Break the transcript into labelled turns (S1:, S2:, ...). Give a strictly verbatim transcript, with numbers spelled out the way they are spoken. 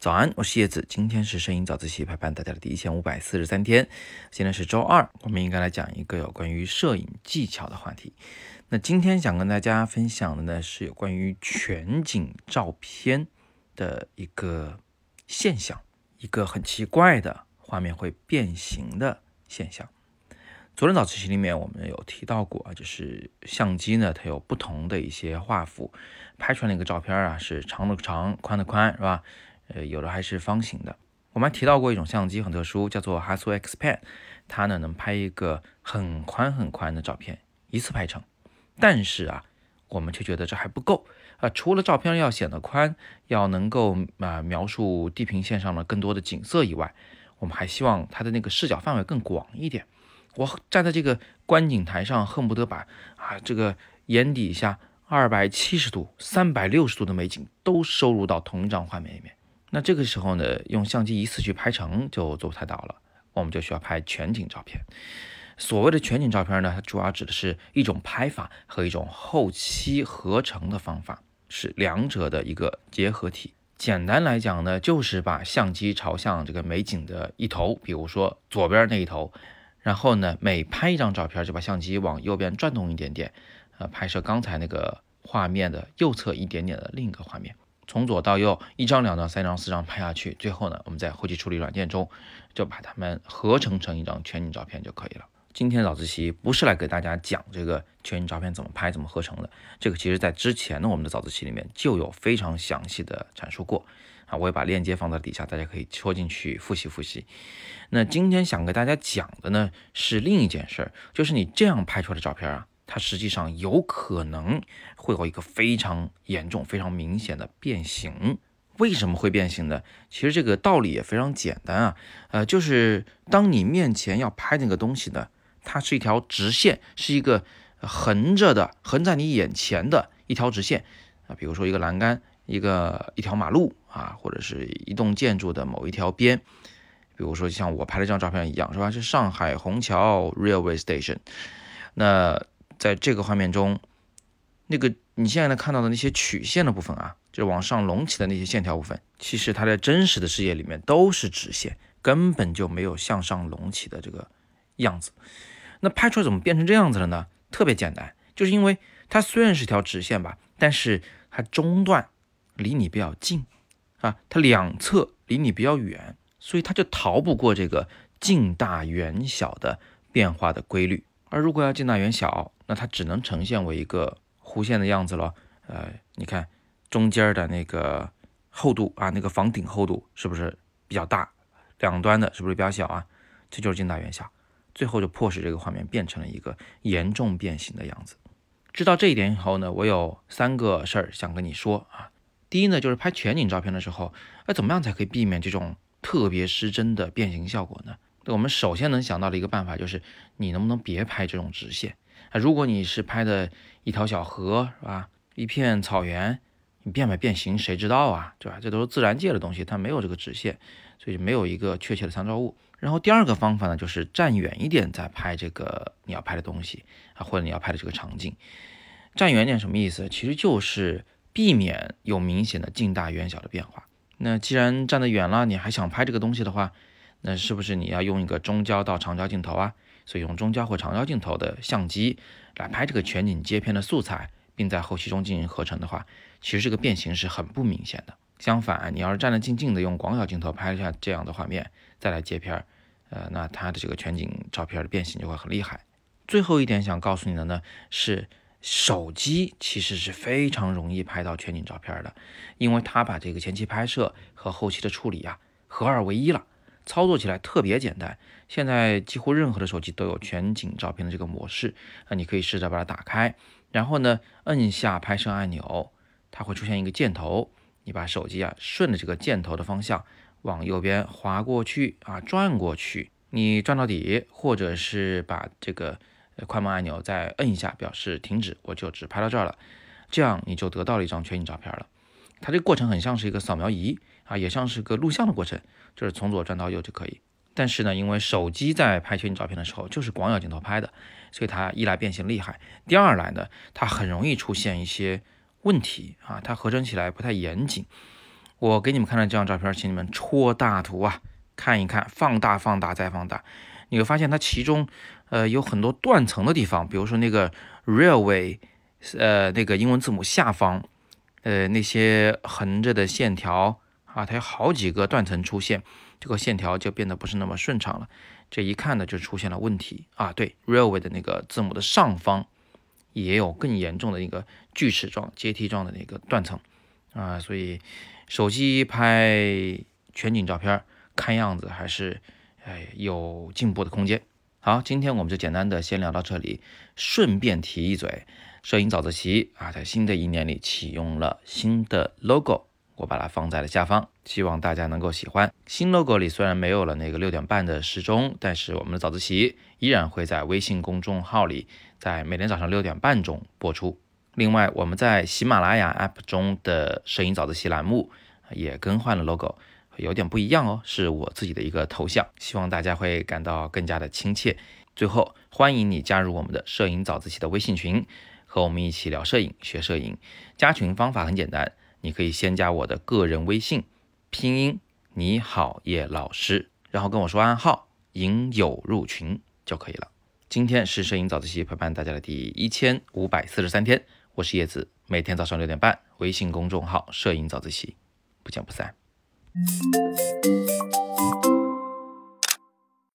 S1: 早安，我是叶子，今天是摄影早自习陪伴大家的第一千五百四十三天，现在是周二，我们应该来讲一个有关于摄影技巧的话题。那今天想跟大家分享的呢，是有关于全景照片的一个现象，一个很奇怪的画面会变形的现象。昨天早自习里面我们有提到过，就是相机呢，它有不同的一些画幅，拍出来那个照片啊，是长的长，宽的宽，是吧？呃，有的还是方形的。我们还提到过一种相机很特殊，叫做 Hasselblad X Pen， 它呢能拍一个很宽很宽的照片，一次拍成。但是啊，我们却觉得这还不够啊、呃！除了照片要显得宽，要能够啊、呃、描述地平线上的更多的景色以外，我们还希望它的那个视角范围更广一点。我站在这个观景台上，恨不得把啊这个眼底下二百七十度、三百六十度的美景都收入到同一张画面里面。那这个时候呢，用相机一次去拍成就做不太到了，我们就需要拍全景照片。所谓的全景照片呢，它主要指的是一种拍法和一种后期合成的方法，是两者的一个结合体。简单来讲呢，就是把相机朝向这个美景的一头，比如说左边那一头，然后呢，每拍一张照片就把相机往右边转动一点点，呃，拍摄刚才那个画面的右侧一点点的另一个画面。从左到右，一张、两张、三张、四张拍下去，最后呢，我们在后期处理软件中就把它们合成成一张全景照片就可以了。今天早自习不是来给大家讲这个全景照片怎么拍、怎么合成的，这个其实在之前的我们的早自习里面就有非常详细的阐述过啊，我也把链接放在底下，大家可以戳进去复习复习。那今天想给大家讲的呢是另一件事，就是你这样拍出来的照片啊，它实际上有可能会有一个非常严重、非常明显的变形。为什么会变形呢？其实这个道理也非常简单啊，呃，就是当你面前要拍那个东西呢，它是一条直线，是一个横着的，横在你眼前的一条直线啊，比如说一个栏杆、一个一条马路啊，或者是一栋建筑的某一条边。比如说像我拍的这张照片一样，是吧？是上海虹桥 Railway Station。那在这个画面中，那个你现在能看到的那些曲线的部分啊，就是往上隆起的那些线条部分，其实它在真实的世界里面都是直线，根本就没有向上隆起的这个样子。那拍出来怎么变成这样子了呢？特别简单，就是因为它虽然是条直线吧，但是它中段离你比较近啊，它两侧离你比较远，所以它就逃不过这个近大远小的变化的规律。而如果要近大远小，那它只能呈现为一个弧线的样子了。呃，你看中间的那个厚度啊，那个房顶厚度是不是比较大？两端的是不是比较小啊？这就是近大远小，最后就迫使这个画面变成了一个严重变形的样子。知道这一点以后呢，我有三个事儿想跟你说啊。第一呢，就是拍全景照片的时候，呃，怎么样才可以避免这种特别失真的变形效果呢？我们首先能想到的一个办法就是，你能不能别拍这种直线啊？如果你是拍的一条小河，是吧？一片草原，你变没变形谁知道啊，对吧？这都是自然界的东西，它没有这个直线，所以没有一个确切的参照物。然后第二个方法呢，就是站远一点再拍这个你要拍的东西啊，或者你要拍的这个场景。站远一点什么意思？其实就是避免有明显的近大远小的变化。那既然站得远了，你还想拍这个东西的话，那是不是你要用一个中焦到长焦镜头啊？所以用中焦或长焦镜头的相机来拍这个全景接片的素材，并在后期中进行合成的话，其实这个变形是很不明显的。相反，你要是站得近近的用广角镜头拍一下这样的画面，再来接片，呃，那它的这个全景照片的变形就会很厉害。最后一点想告诉你的呢，是手机其实是非常容易拍到全景照片的，因为它把这个前期拍摄和后期的处理啊合二为一了。操作起来特别简单，现在几乎任何的手机都有全景照片的这个模式，那你可以试着把它打开，然后呢摁下拍摄按钮，它会出现一个箭头，你把手机啊顺着这个箭头的方向往右边滑过去啊，转过去，你转到底，或者是把这个快门按钮再摁一下表示停止，我就只拍到这儿了，这样你就得到了一张全景照片了。它这个过程很像是一个扫描仪啊，也像是个录像的过程，就是从左转到右就可以。但是呢，因为手机在拍全景照片的时候就是广角镜头拍的，所以它一来变形厉害，第二来呢，它很容易出现一些问题啊，它合成起来不太严谨。 我给你们看的这张照片，请你们戳大图啊，看一看，放大放大再放大，你会发现它其中呃有很多断层的地方，比如说那个 railway 呃那个英文字母下方呃那些横着的线条啊，它有好几个断层出现，这个线条就变得不是那么顺畅了，这一看呢就出现了问题啊。对， railway 的那个字母的上方也有更严重的一个锯齿状阶梯状的那个断层啊，所以手机拍全景照片看样子还是哎有进步的空间。好，今天我们就简单的先聊到这里，顺便提一嘴，摄影早自习啊，在新的一年里启用了新的 logo， 我把它放在了下方，希望大家能够喜欢。新 logo 里虽然没有了那个六点半的时钟，但是我们的早自习依然会在微信公众号里，在每天早上六点半中播出。另外，我们在喜马拉雅 App 中的摄影早自习栏目也更换了 logo， 有点不一样哦，是我自己的一个头像，希望大家会感到更加的亲切。最后，欢迎你加入我们的摄影早自习的微信群，和我们一起聊摄影、学摄影。加群方法很简单，你可以先加我的个人微信，拼音你好叶老师，然后跟我说暗号，引友入群就可以了。今天是摄影早自习陪伴大家的第一千五百四十三天，我是叶子，每天早上六点半，微信公众号摄影早自习，不见不散。